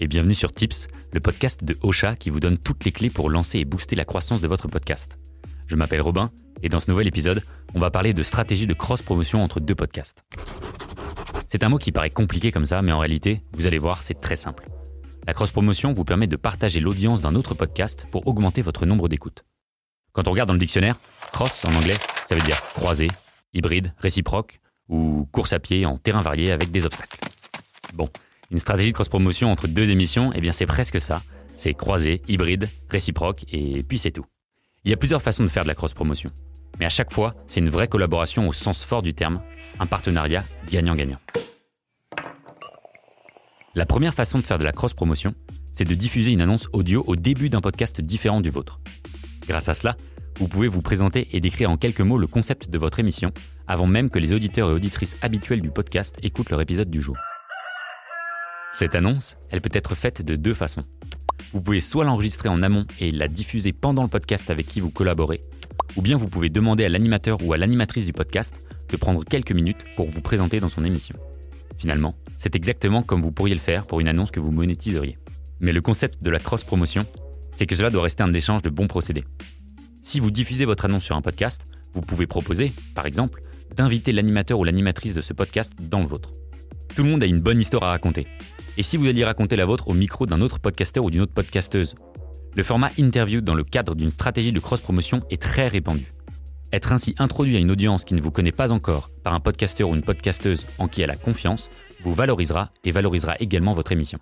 et bienvenue sur Tips, le podcast de Ocha qui vous donne toutes les clés pour lancer et booster la croissance de votre podcast. Je m'appelle Robin et dans ce nouvel épisode, on va parler de stratégie de cross-promotion entre deux podcasts. C'est un mot qui paraît compliqué comme ça, mais en réalité, vous allez voir, c'est très simple. La cross-promotion vous permet de partager l'audience d'un autre podcast pour augmenter votre nombre d'écoutes. Quand on regarde dans le dictionnaire, cross en anglais, ça veut dire croisé, hybride, réciproque ou course à pied en terrain varié avec des obstacles. Bon, une stratégie de cross-promotion entre deux émissions, eh bien c'est presque ça. C'est croisé, hybride, réciproque et puis c'est tout. Il y a plusieurs façons de faire de la cross-promotion. Mais à chaque fois, c'est une vraie collaboration au sens fort du terme, un partenariat gagnant-gagnant. La première façon de faire de la cross-promotion, c'est de diffuser une annonce audio au début d'un podcast différent du vôtre. Grâce à cela, vous pouvez vous présenter et décrire en quelques mots le concept de votre émission, avant même que les auditeurs et auditrices habituels du podcast écoutent leur épisode du jour. Cette annonce, elle peut être faite de deux façons. Vous pouvez soit l'enregistrer en amont et la diffuser pendant le podcast avec qui vous collaborez, ou bien vous pouvez demander à l'animateur ou à l'animatrice du podcast de prendre quelques minutes pour vous présenter dans son émission. Finalement, c'est exactement comme vous pourriez le faire pour une annonce que vous monétiseriez. Mais le concept de la cross-promotion, c'est que cela doit rester un échange de bons procédés. Si vous diffusez votre annonce sur un podcast, vous pouvez proposer, par exemple, d'inviter l'animateur ou l'animatrice de ce podcast dans le vôtre. Tout le monde a une bonne histoire à raconter. Et si vous alliez raconter la vôtre au micro d'un autre podcasteur ou d'une autre podcasteuse? Le format interview dans le cadre d'une stratégie de cross-promotion est très répandu. Être ainsi introduit à une audience qui ne vous connaît pas encore par un podcasteur ou une podcasteuse en qui elle a confiance vous valorisera et valorisera également votre émission.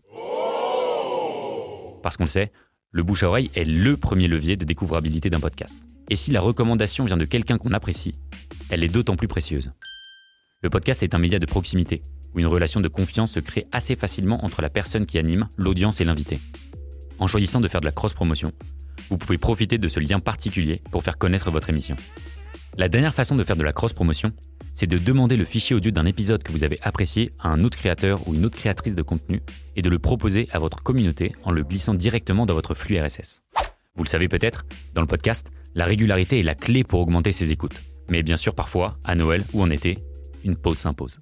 Parce qu'on le sait, le bouche à oreille est le premier levier de découvrabilité d'un podcast. Et si la recommandation vient de quelqu'un qu'on apprécie, elle est d'autant plus précieuse. Le podcast est un média de proximité, où une relation de confiance se crée assez facilement entre la personne qui anime, l'audience et l'invité. En choisissant de faire de la cross-promotion, vous pouvez profiter de ce lien particulier pour faire connaître votre émission. La dernière façon de faire de la cross-promotion, c'est de demander le fichier audio d'un épisode que vous avez apprécié à un autre créateur ou une autre créatrice de contenu et de le proposer à votre communauté en le glissant directement dans votre flux RSS. Vous le savez peut-être, dans le podcast, la régularité est la clé pour augmenter ses écoutes. Mais bien sûr, parfois, à Noël ou en été, une pause s'impose.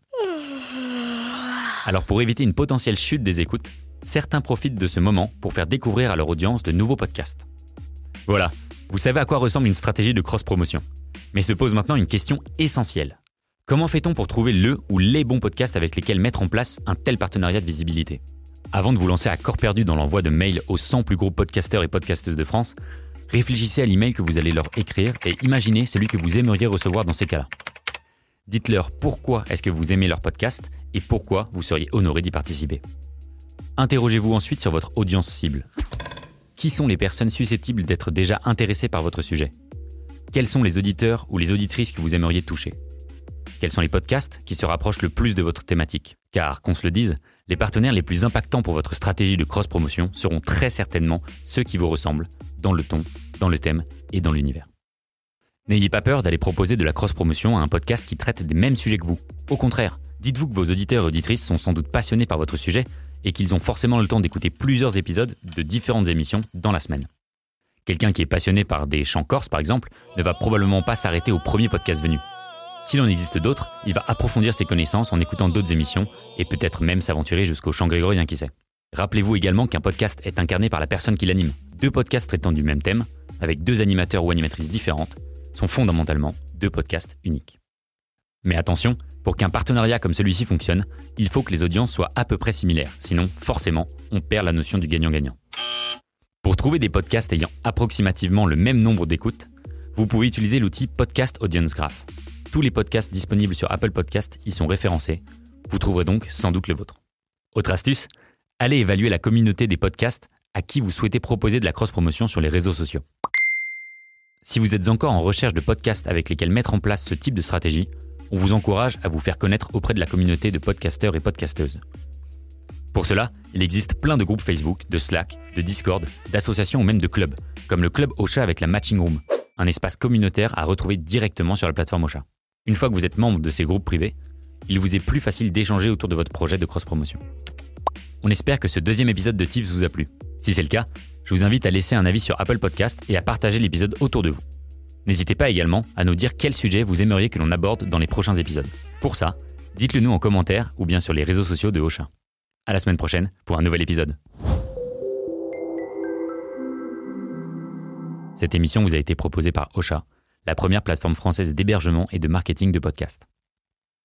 Alors pour éviter une potentielle chute des écoutes, certains profitent de ce moment pour faire découvrir à leur audience de nouveaux podcasts. Voilà, vous savez à quoi ressemble une stratégie de cross-promotion. Mais se pose maintenant une question essentielle. Comment fait-on pour trouver le ou les bons podcasts avec lesquels mettre en place un tel partenariat de visibilité? Avant de vous lancer à corps perdu dans l'envoi de mails aux 100 plus gros podcasteurs et podcasteuses de France, réfléchissez à l'email que vous allez leur écrire et imaginez celui que vous aimeriez recevoir dans ces cas-là. Dites-leur pourquoi est-ce que vous aimez leur podcast et pourquoi vous seriez honoré d'y participer. Interrogez-vous ensuite sur votre audience cible. Qui sont les personnes susceptibles d'être déjà intéressées par votre sujet? Quels sont les auditeurs ou les auditrices que vous aimeriez toucher? Quels sont les podcasts qui se rapprochent le plus de votre thématique? Car, qu'on se le dise, les partenaires les plus impactants pour votre stratégie de cross-promotion seront très certainement ceux qui vous ressemblent, dans le ton, dans le thème et dans l'univers. N'ayez pas peur d'aller proposer de la cross-promotion à un podcast qui traite des mêmes sujets que vous. Au contraire, dites-vous que vos auditeurs et auditrices sont sans doute passionnés par votre sujet et qu'ils ont forcément le temps d'écouter plusieurs épisodes de différentes émissions dans la semaine. Quelqu'un qui est passionné par des chants corses, par exemple, ne va probablement pas s'arrêter au premier podcast venu. S'il en existe d'autres, il va approfondir ses connaissances en écoutant d'autres émissions et peut-être même s'aventurer jusqu'au chant grégorien, qui sait. Rappelez-vous également qu'un podcast est incarné par la personne qui l'anime. Deux podcasts traitant du même thème, avec deux animateurs ou animatrices différentes, sont fondamentalement deux podcasts uniques. Mais attention, pour qu'un partenariat comme celui-ci fonctionne, il faut que les audiences soient à peu près similaires, sinon forcément, on perd la notion du gagnant-gagnant. Pour trouver des podcasts ayant approximativement le même nombre d'écoutes, vous pouvez utiliser l'outil Podcast Audience Graph. Tous les podcasts disponibles sur Apple Podcasts y sont référencés. Vous trouverez donc sans doute le vôtre. Autre astuce, allez évaluer la communauté des podcasts à qui vous souhaitez proposer de la cross-promotion sur les réseaux sociaux. Si vous êtes encore en recherche de podcasts avec lesquels mettre en place ce type de stratégie, on vous encourage à vous faire connaître auprès de la communauté de podcasteurs et podcasteuses. Pour cela, il existe plein de groupes Facebook, de Slack, de Discord, d'associations ou même de clubs, comme le Club Ocha avec la Matching Room, un espace communautaire à retrouver directement sur la plateforme Ocha. Une fois que vous êtes membre de ces groupes privés, il vous est plus facile d'échanger autour de votre projet de cross-promotion. On espère que ce deuxième épisode de Tips vous a plu. Si c'est le cas, je vous invite à laisser un avis sur Apple Podcast et à partager l'épisode autour de vous. N'hésitez pas également à nous dire quel sujet vous aimeriez que l'on aborde dans les prochains épisodes. Pour ça, dites-le nous en commentaire ou bien sur les réseaux sociaux de Ocha. À la semaine prochaine pour un nouvel épisode. Cette émission vous a été proposée par Ocha, la première plateforme française d'hébergement et de marketing de podcasts.